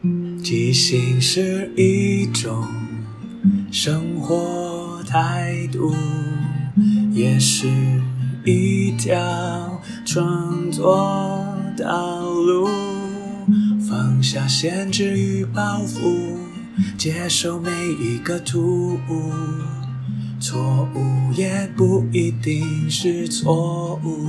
即兴是一种生活态度，也是一条创作道路。放下限制与包袱，接受每一个突兀，错误也不一定是错误。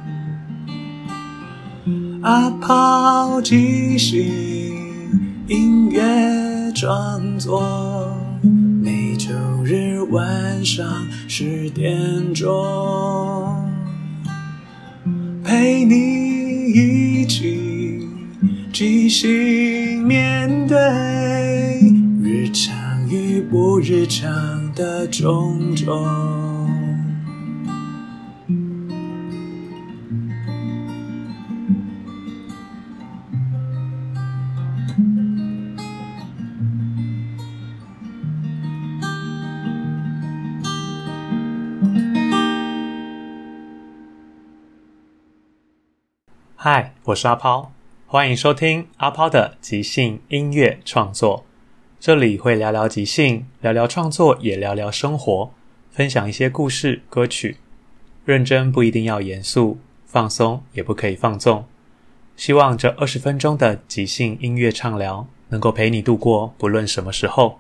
阿炮即兴音乐创作，每周日晚上10点钟，陪你一起即兴面对日常与不日常的种种。 嗨，我是阿抛，欢迎收听阿抛的即兴音乐创作。这里会聊聊即兴，聊聊创作，也聊聊生活，分享一些故事、歌曲。认真不一定要严肃，放松也不可以放纵。希望这20分钟的即兴音乐畅聊能够陪你度过不论什么时候。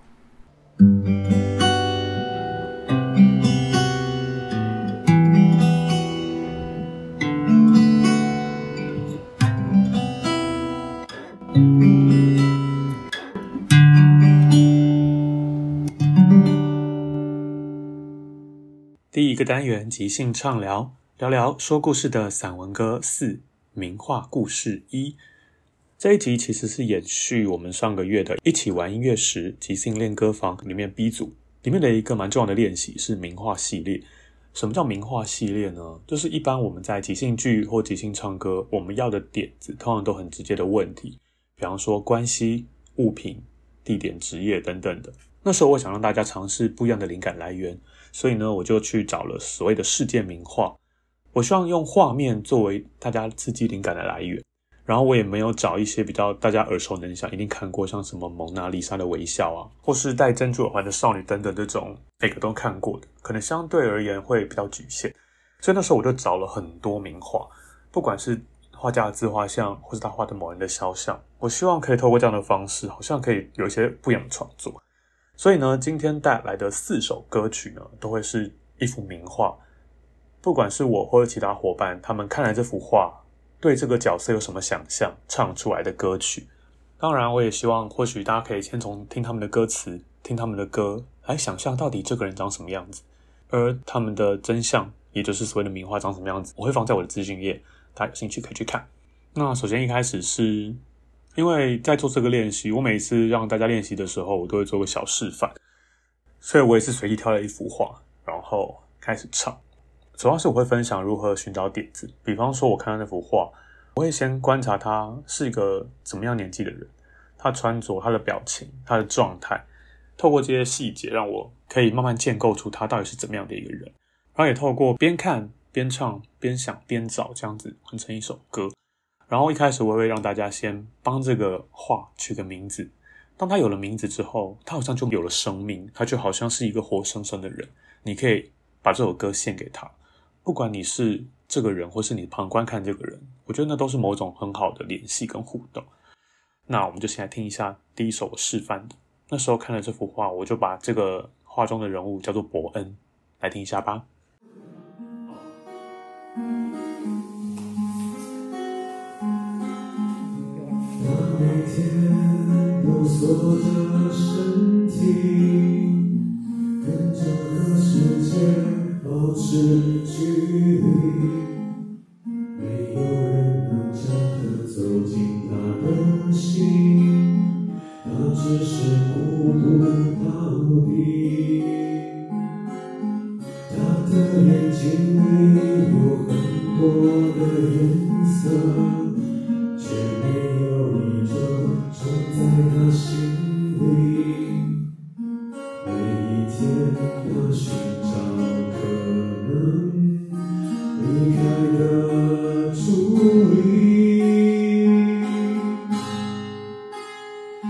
第一个单元即兴畅聊，聊聊说故事的散文歌4，名画故事1。这一集其实是延续我们上个月的一起玩音乐时即兴练歌房里面 B 组里面的一个蛮重要的练习是名画系列。什么叫名画系列呢？就是一般我们在即兴剧或即兴唱歌，我们要的点子通常都很直接的问题，比方说关系、物品、地点、职业等等的。那时候我想让大家尝试不一样的灵感来源，所以呢，我就去找了所谓的事件名画。我希望用画面作为大家刺激灵感的来源，然后我也没有找一些比较大家耳熟能详一定看过，像什么蒙娜丽莎的微笑啊，或是戴珍珠耳环的少女等等这种每个都看过的，可能相对而言会比较局限。所以那时候我就找了很多名画，不管是画家的自画像，或是他画的某人的肖像，我希望可以透过这样的方式，好像可以有一些不一样的创作。所以呢，今天带来的4首歌曲呢，都会是一幅名画。不管是我或者其他伙伴，他们看来这幅画，对这个角色有什么想象，唱出来的歌曲。当然，我也希望或许大家可以先从听他们的歌词，听他们的歌，来想象到底这个人长什么样子，而他们的真相，也就是所谓的名画长什么样子，我会放在我的资讯页，大家有兴趣可以去看。那首先一开始是因为在做这个练习，我每次让大家练习的时候，我都会做个小示范，所以我也是随意挑了一幅画，然后开始唱。主要是我会分享如何寻找点子，比方说我看到那幅画，我会先观察他是一个怎么样年纪的人，他穿着、他的表情、他的状态，透过这些细节让我可以慢慢建构出他到底是怎么样的一个人，然后也透过边看边唱边想边找这样子完成一首歌。然后一开始我会让大家先帮这个画取个名字，当他有了名字之后，他好像就有了生命，他就好像是一个活生生的人，你可以把这首歌献给他，不管你是这个人或是你旁观看这个人，我觉得那都是某种很好的联系跟互动。那我们就先来听一下第一首我示范的。那时候看了这幅画，我就把这个画中的人物叫做伯恩，来听一下吧。 每天都锁着身体，跟这个世界保持距离，没有人能真的走进他的心，他只是孤独到底。他的眼睛里有很多的颜色，却没有一种种在他心里。每一天他寻找可能离开的助力。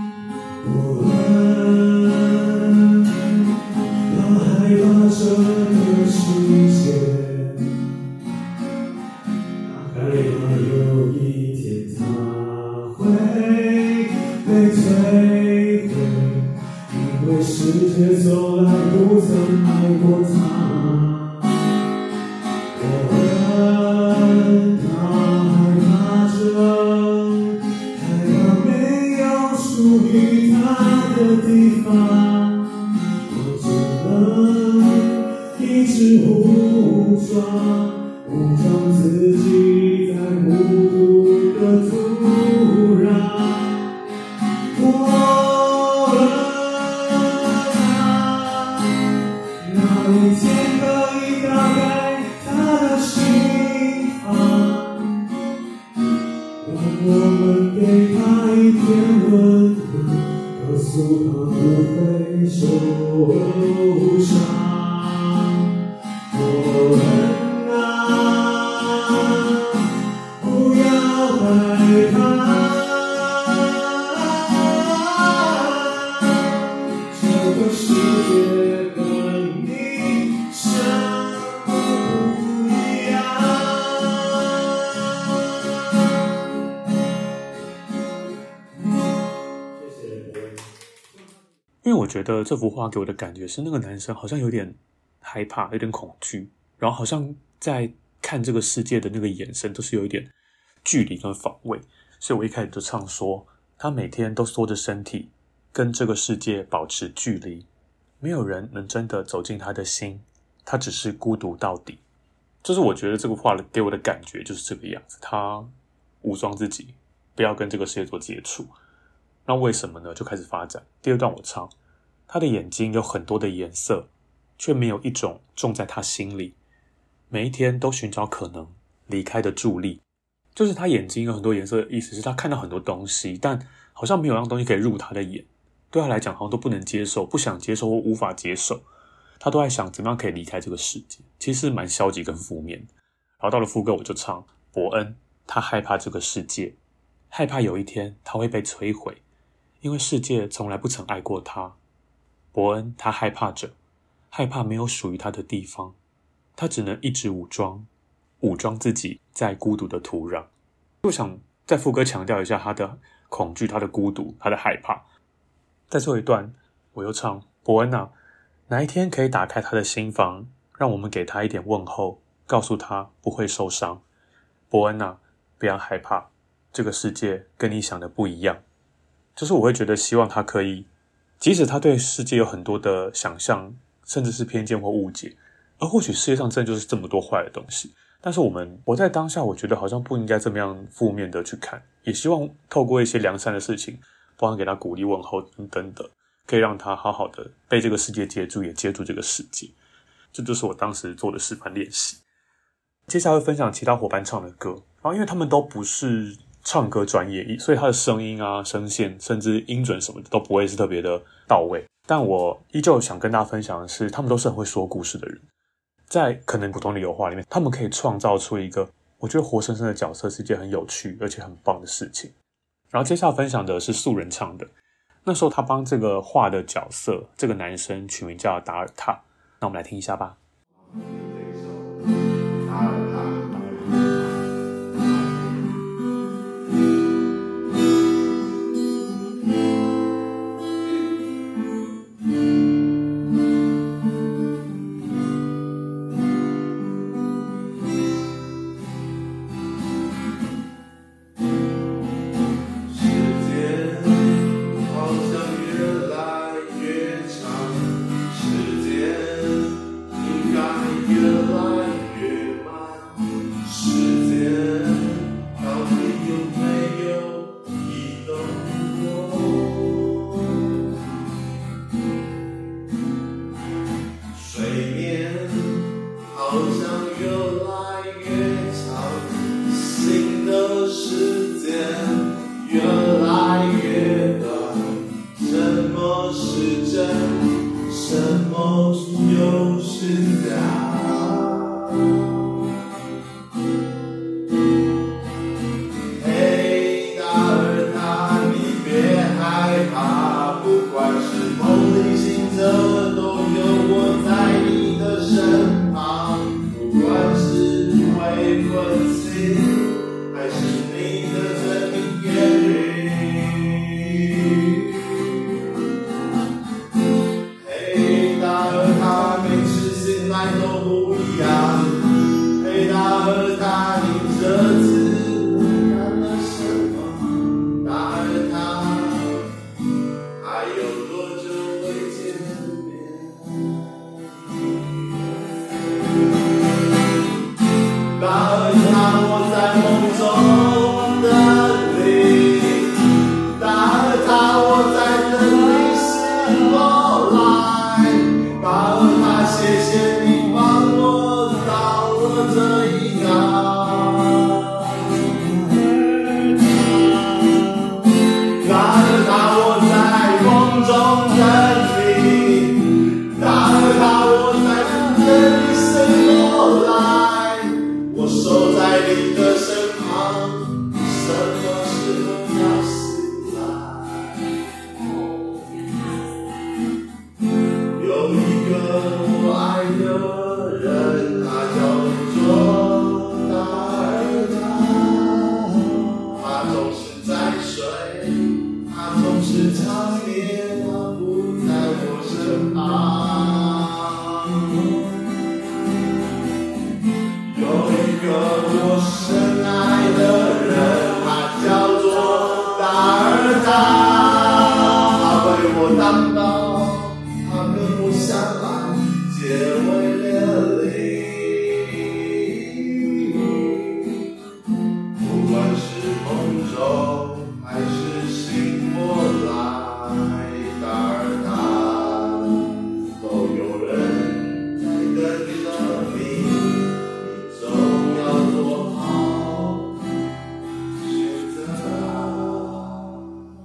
被摧毁，因为世界从来不曾爱过他。我恨他，害怕着，害怕没有属于他的地方，我只能一直武装自己在孤独的土壤。我恨他，哪一天可以打开他的心房，让我们给他一点温度，告诉他不会受伤。我恨啊，不要害怕，这个世界跟你什么不一样。谢谢各位。 因为我觉得这幅画给我的感觉是那个男生好像有点害怕，有点恐惧，然后好像在看这个世界的那个眼神都是有一点距离跟防卫，所以我一开始就唱说他每天都缩着身体跟这个世界保持距离，没有人能真的走进他的心，他只是孤独到底。就是我觉得这个画给我的感觉就是这个样子，他武装自己，不要跟这个世界做接触。那为什么呢？就开始发展。第二段我唱，他的眼睛有很多的颜色，却没有一种种在他心里，每一天都寻找可能离开的助力。就是他眼睛有很多颜色的意思是他看到很多东西，但好像没有样东西可以入他的眼，对他来讲好像都不能接受，不想接受或无法接受，他都在想怎么样可以离开这个世界，其实蛮消极跟负面的。然后到了副歌我就唱，伯恩他害怕这个世界，害怕有一天他会被摧毁，因为世界从来不曾爱过他。伯恩他害怕着，害怕没有属于他的地方，他只能一直武装自己在孤独的土壤。我想在副歌强调一下他的恐惧，他的孤独，他的害怕。在最后一段我又唱，伯恩啊，哪一天可以打开他的心房，让我们给他一点问候，告诉他不会受伤。伯恩啊，不要害怕，这个世界跟你想的不一样。就是我会觉得希望他可以，即使他对世界有很多的想象，甚至是偏见或误解，而或许世界上真的就是这么多坏的东西，但是我在当下我觉得好像不应该这么样负面的去看，也希望透过一些良善的事情，包含给他鼓励问候等等的，可以让他好好的被这个世界接住，也接住这个世界。这就是我当时做的示范练习。接下来会分享其他伙伴唱的歌，然后因为他们都不是唱歌专业，所以他的声音啊、声线甚至音准什么的都不会是特别的到位，但我依旧想跟大家分享的是，他们都是很会说故事的人，在可能普通旅游画里面，他们可以创造出一个我觉得活生生的角色，是一件很有趣而且很棒的事情。然后接下来分享的是素人唱的，那时候他帮这个画的角色，这个男生取名叫达尔塔，那我们来听一下吧。 越是差点他不在我身旁，有一个我深爱的人，他叫做达尔塔，他为我担当，他跟我相爱，结为连理。不管是梦中还是醒过来，达尔塔都有人在等着你，你总要做好选择啊。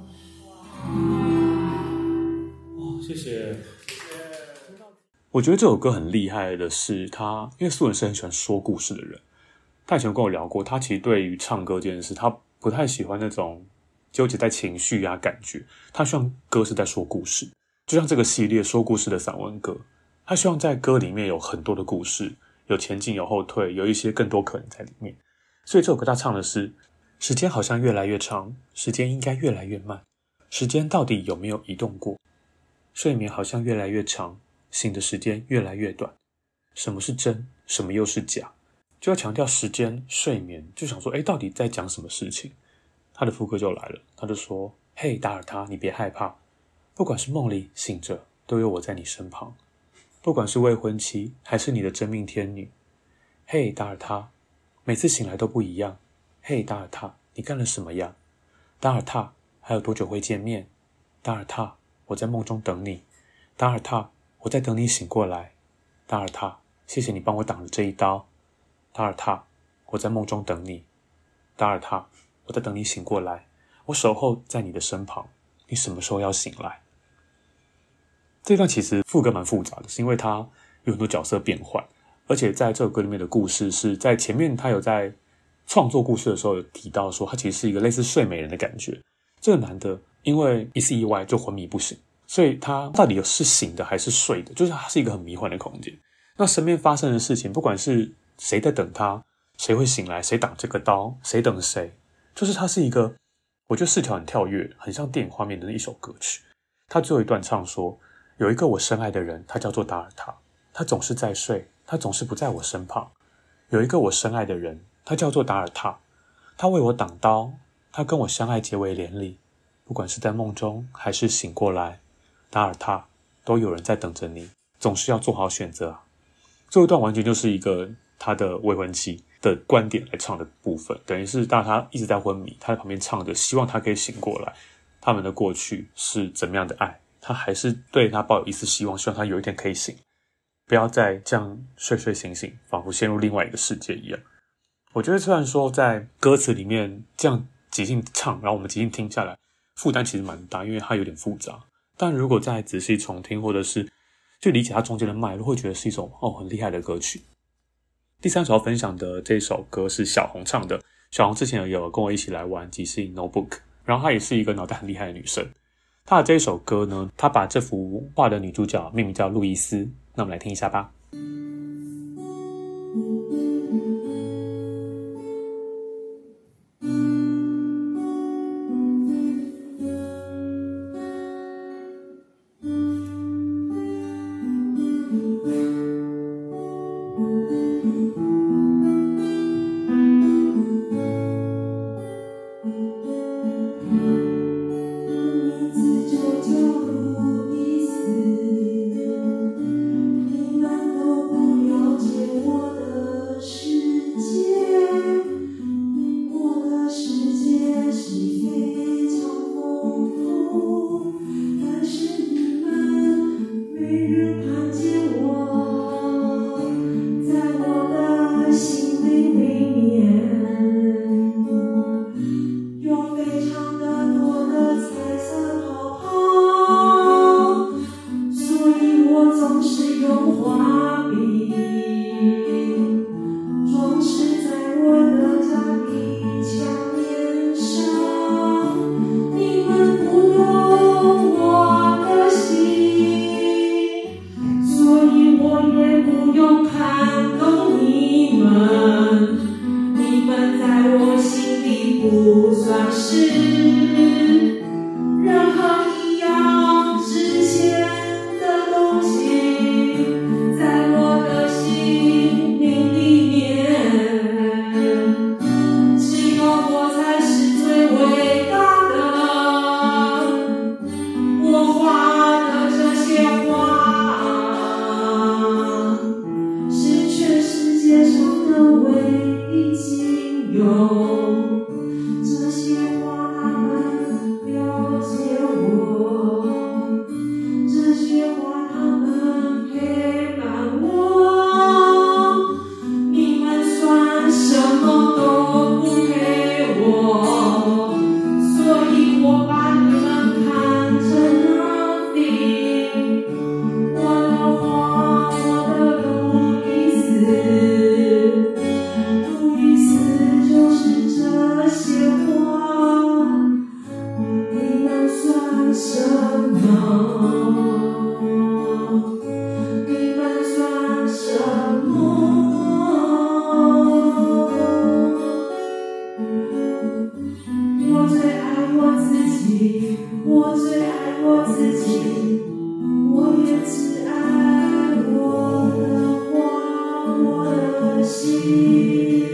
谢谢。 我觉得这首歌很厉害的是他，因为素人是很喜欢说故事的人，他以前跟我聊过，他其实对于唱歌这件事，他不太喜欢那种纠结在情绪啊感觉，他希望歌是在说故事，就像这个系列说故事的散文歌，他希望在歌里面有很多的故事，有前进有后退，有一些更多可能在里面。所以这首歌他唱的是，时间好像越来越长，时间应该越来越慢，时间到底有没有移动过？睡眠好像越来越长，醒的时间越来越短，什么是真，什么又是假？就要强调时间、睡眠，就想说，到底在讲什么事情？他的副歌就来了，他就说：“嘿，达尔塔，你别害怕，不管是梦里醒着，都有我在你身旁。不管是未婚妻，还是你的真命天女。嘿，达尔塔，每次醒来都不一样。嘿，达尔塔，你干了什么呀？达尔塔，还有多久会见面？达尔塔，我在梦中等你。达尔塔，我在等你醒过来。达尔塔，谢谢你帮我挡了这一刀。达尔塔，我在梦中等你。达尔塔，我在等你醒过来。我守候在你的身旁，你什么时候要醒来？”这段其实副歌蛮复杂的，是因为它有很多角色变换，而且在这首歌里面的故事是在前面他有在创作故事的时候有提到说，他其实是一个类似睡美人的感觉。这个男的因为一次意外就昏迷不醒，所以他到底是醒的还是睡的，就是他是一个很迷幻的空间。那身边发生的事情，不管是谁在等他，谁会醒来，谁挡这个刀，谁等谁，就是他是一个，我觉得视角很跳跃，很像电影画面的一首歌曲。他最后一段唱说，有一个我深爱的人，他叫做达尔塔，他总是在睡，他总是不在我身旁。有一个我深爱的人，他叫做达尔塔，他为我挡刀，他跟我相爱结为连理。不管是在梦中还是醒过来，达尔塔都有人在等着你，总是要做好选择啊。这一段完全就是一个他的未婚妻的观点来唱的部分，等于是当他一直在昏迷，他在旁边唱着，希望他可以醒过来，他们的过去是怎么样的爱，他还是对他抱有一丝希望，希望他有一天可以醒，不要再这样睡睡醒醒，仿佛陷入另外一个世界一样。我觉得虽然说在歌词里面这样即兴唱，然后我们即兴听下来，负担其实蛮大，因为它有点复杂，但如果再仔细重听，或者是去理解它中间的脉络，会觉得是一首很厉害的歌曲。第三首要分享的这首歌是小红唱的，小红之前有跟我一起来玩即兴 Notebook， 然后她也是一个脑袋很厉害的女生。她的这首歌呢，她把这幅画的女主角命名叫路易斯，那我们来听一下吧。 永远都不我自己，我也只爱我的花，我的心。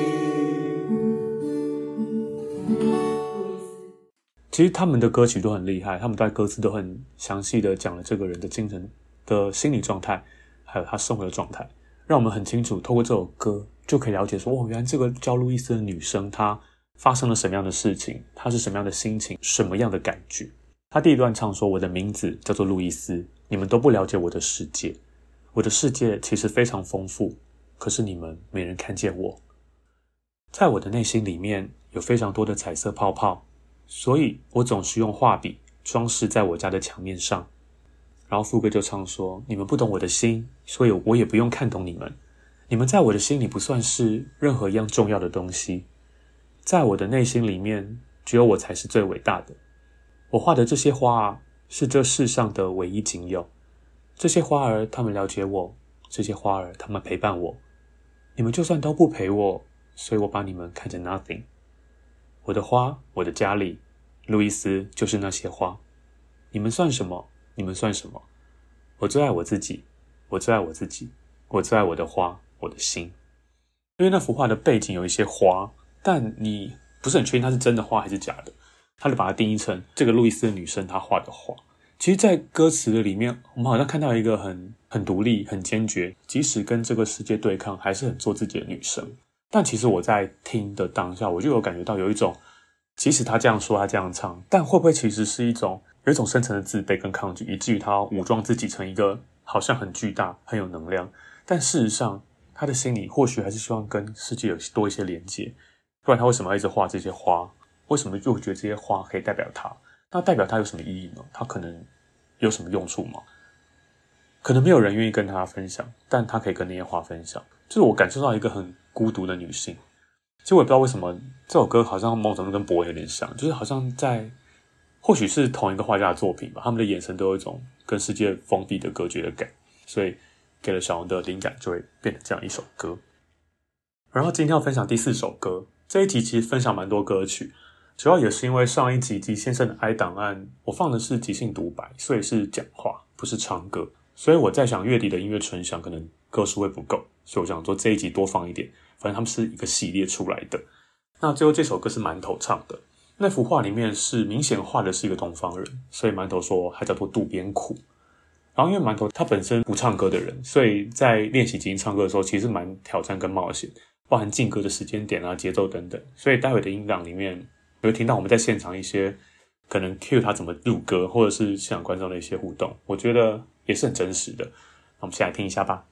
其实他们的歌曲都很厉害，他们在歌词都很详细的讲了这个人的精神的心理状态，还有他生活的状态，让我们很清楚透过这首歌就可以了解说，原来这个叫路易斯的女生她发生了什么样的事情，她是什么样的心情，什么样的感觉。她第一段唱说，我的名字叫做路易斯，你们都不了解我的世界，我的世界其实非常丰富，可是你们没人看见我。在我的内心里面有非常多的彩色泡泡，所以我总是用画笔装饰在我家的墙面上。然后副歌就唱说，你们不懂我的心，所以我也不用看懂你们，你们在我的心里不算是任何一样重要的东西，在我的内心里面只有我才是最伟大的。我画的这些花是这世上的唯一仅有，这些花儿他们了解我，这些花儿他们陪伴我，你们就算都不陪我，所以我把你们看成 nothing。我的花，我的家里，路易斯就是那些花。你们算什么？你们算什么？我最爱我自己，我最爱我自己，我最爱我的花，我的心。因为那幅画的背景有一些花，但你不是很确定它是真的花还是假的，他就把它定义成这个路易斯的女生她画的画。其实在歌词的里面，我们好像看到一个很独立、很坚决，即使跟这个世界对抗，还是很做自己的女生。但其实我在听的当下，我就有感觉到有一种，即使他这样说，他这样唱，但会不会其实是有一种深层的自卑跟抗拒，以至于他武装自己成一个好像很巨大、很有能量，但事实上他的心里或许还是希望跟世界有多一些连接。不然他为什么要一直画这些花？为什么就觉得这些花可以代表他？那代表他有什么意义呢？他可能有什么用处吗？可能没有人愿意跟他分享，但他可以跟那些花分享。就是我感受到一个很孤独的女性。其实我也不知道为什么这首歌好像某种程度跟博文有点像，就是好像或许是同一个画家的作品吧，他们的眼神都有一种跟世界封闭的隔绝的感，所以给了小王的灵感就会变成这样一首歌。然后今天要分享第4首歌，这一集其实分享蛮多歌曲，主要也是因为上一集吉先生的 I 档案我放的是即兴独白，所以是讲话不是唱歌，所以我在想月底的音乐纯享可能歌数会不够，所以我想说这一集多放一点，反正他们是一个系列出来的。那最后这首歌是馒头唱的，那幅画里面是明显画的是一个东方人，所以馒头说他叫做渡边苦。然后因为馒头他本身不唱歌的人，所以在练习即兴唱歌的时候其实蛮挑战跟冒险，包含进歌的时间点啊、节奏等等，所以待会的音档里面会听到我们在现场一些可能 cue 他怎么录歌，或者是现场观众的一些互动，我觉得也是很真实的。那我们先来听一下吧。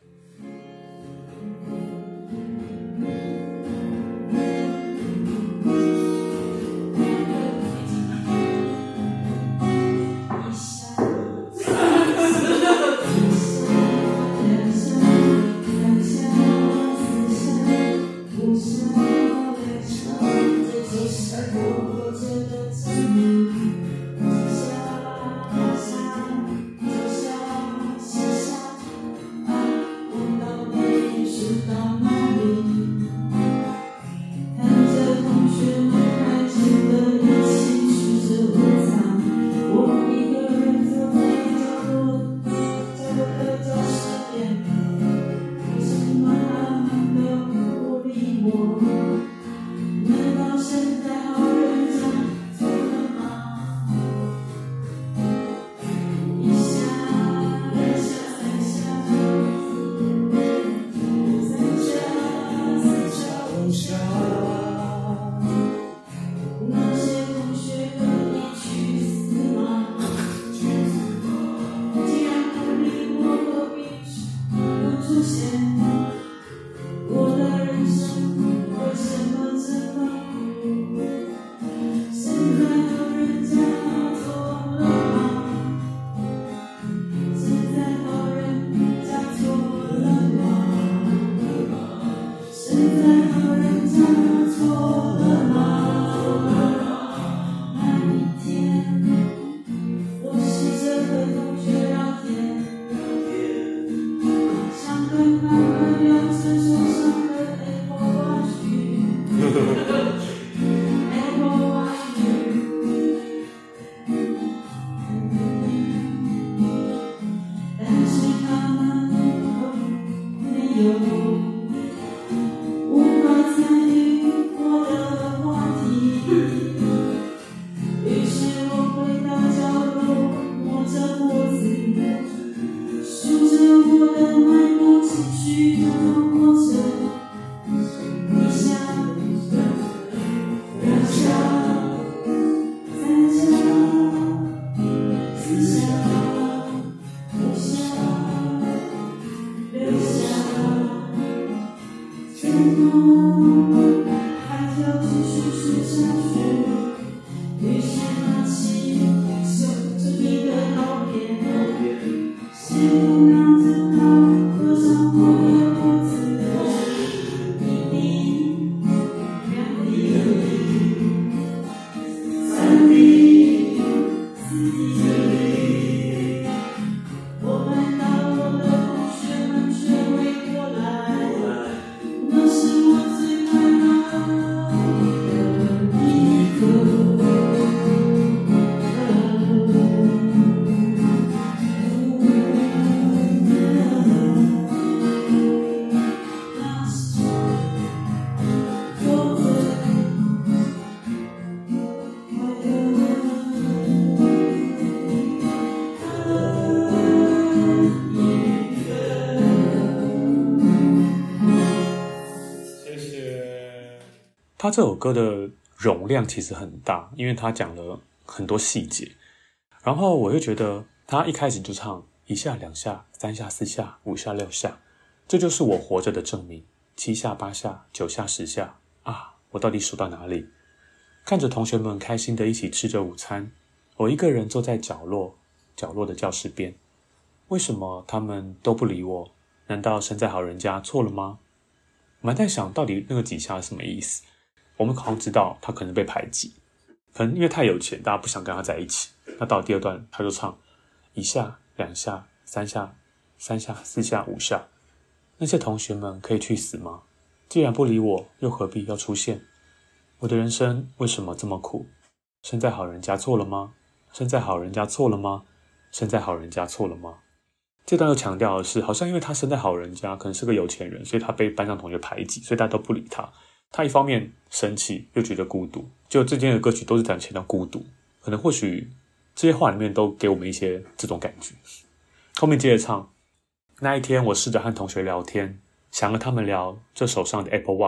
他这首歌的容量其实很大，因为他讲了很多细节。然后我就觉得他一开始就唱1下2下3下4下5下6下，这就是我活着的证明。7下8下9下10下啊，我到底数到哪里？看着同学们开心的一起吃着午餐，我一个人坐在角落的教室边。为什么他们都不理我？难道生在好人家错了吗？我们在想到底那个几下是什么意思。我们好像知道他可能被排挤，可能因为太有钱，大家不想跟他在一起。那到第二段他就唱1下2下3下3下4下5下，那些同学们可以去死吗？既然不理我，又何必要出现？我的人生为什么这么苦？生在好人家错了吗？生在好人家错了吗？生在好人家错了吗？这段又强调的是，好像因为他生在好人家，可能是个有钱人，所以他被班上同学排挤，所以大家都不理他。他一方面生气，又觉得孤独。就这间的歌曲都是在强调孤独，可能或许这些话里面都给我们一些这种感觉。后面接着唱，那一天我试着和同学聊天，想和他们聊这手上的 Apple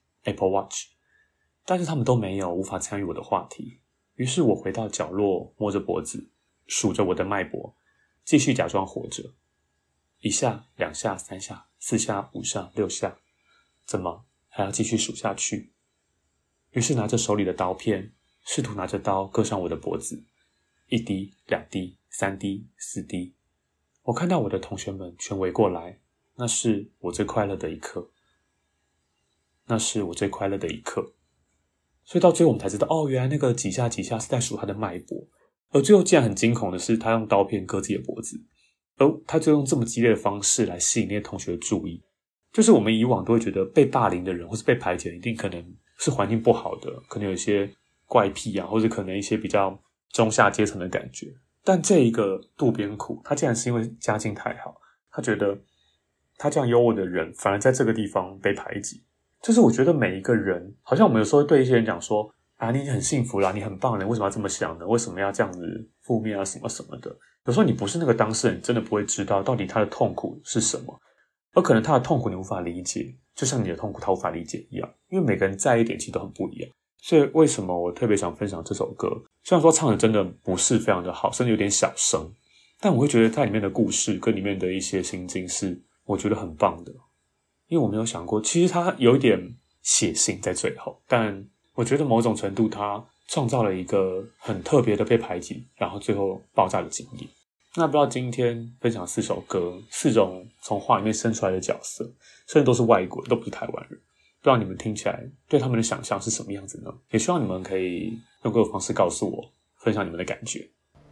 Watch， 但是他们都没有，无法参与我的话题。于是我回到角落，摸着脖子，数着我的脉搏，继续假装活着。1下2下3下4下5下6下，怎么还要继续数下去？于是拿着手里的刀片，试图拿着刀割上我的脖子。1滴2滴3滴4滴，我看到我的同学们全围过来，那是我最快乐的一刻。那是我最快乐的一刻。所以到最后我们才知道，哦，原来那个几下几下是在数他的脉搏。而最后竟然很惊恐的是，他用刀片割自己的脖子，而他就用这么激烈的方式来吸引那些同学的注意。就是我们以往都会觉得被霸凌的人或是被排挤的人一定可能是环境不好的，可能有一些怪癖啊，或者可能一些比较中下阶层的感觉。但这一个渡边苦，他竟然是因为家境太好，他觉得他这样优渥的人反而在这个地方被排挤。就是我觉得每一个人，好像我们有时候会对一些人讲说啊，你很幸福啦，你很棒了，为什么要这么想呢？为什么要这样子负面啊什么什么的？有时候你不是那个当事人，你真的不会知道到底他的痛苦是什么。而可能他的痛苦你无法理解，就像你的痛苦他无法理解一样，因为每个人在意点其实都很不一样。所以为什么我特别想分享这首歌？虽然说唱的真的不是非常的好，甚至有点小声，但我会觉得它里面的故事跟里面的一些心境是我觉得很棒的。因为我没有想过，其实它有一点血腥在最后，但我觉得某种程度它创造了一个很特别的被排挤，然后最后爆炸的经历。那不知道今天分享4首歌，4种从画里面生出来的角色，甚至都是外国人，都不是台湾人。不知道你们听起来对他们的想象是什么样子呢？也希望你们可以用各种方式告诉我，分享你们的感觉。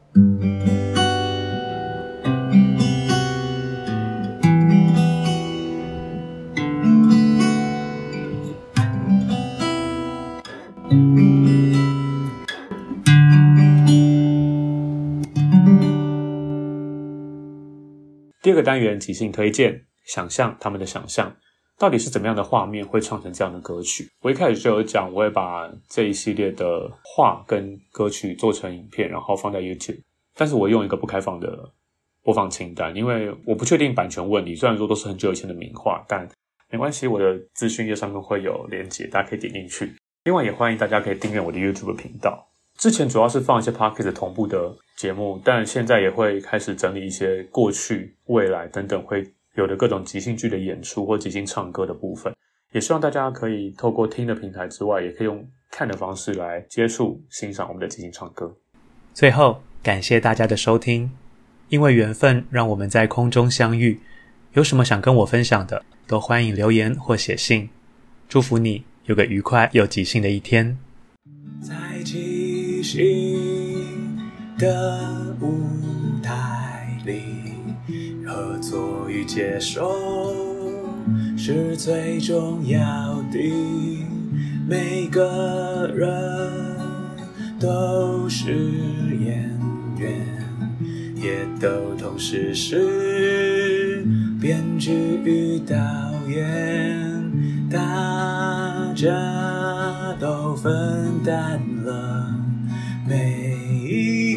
第二个单元即兴推荐，想象他们的想象，到底是怎么样的画面会唱成这样的歌曲。我一开始就有讲，我会把这一系列的画跟歌曲做成影片，然后放在 YouTube， 但是我用一个不开放的播放清单，因为我不确定版权问题，虽然说都是很久以前的名画，但没关系，我的资讯页上面会有连结，大家可以点进去。另外也欢迎大家可以订阅我的 YouTube 频道。之前主要是放一些 Podcast 同步的节目，但现在也会开始整理一些过去、未来等等会有的各种即兴剧的演出或即兴唱歌的部分。也希望大家可以透过听的平台之外，也可以用看的方式来接触、欣赏我们的即兴唱歌。 最后，感谢大家的收听，因为缘分让我们在空中相遇。有什么想跟我分享的，都欢迎留言或写信。祝福你有个愉快又即兴的一天。在即兴的舞台里，合作与接受是最重要的。每个人都是演员，也都同时是编剧与导演，大家都分担了每一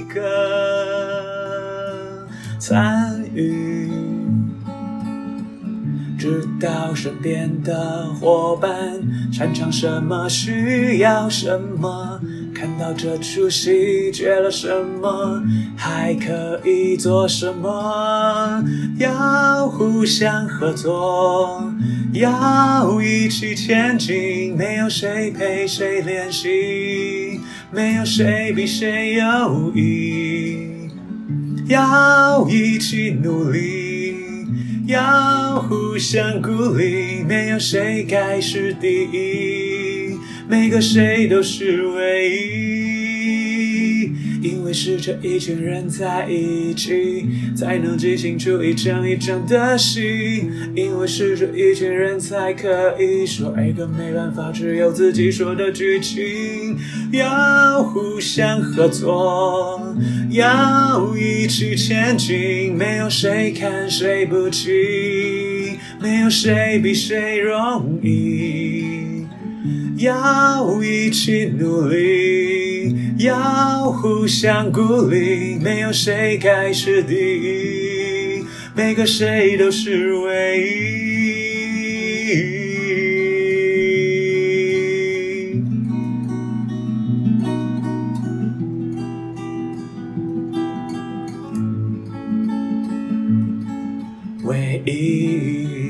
个参与，直到身边的伙伴，擅长什么，需要什么，看到这出戏缺了什么，还可以做什么，要互相合作，要一起前进，没有谁陪谁练习，没有谁比谁优异，要一起努力，要互相鼓励，没有谁该是第一，每个谁都是唯一，因为是这一群人在一起，才能即兴出一场一场的戏，因为是这一群人才可以说一个没办法只有自己说的剧情，要互相合作，要一起前进，没有谁看谁不起，没有谁比谁容易，要一起努力，要互相鼓励，没有谁该是第一，每个谁都是唯一。唯一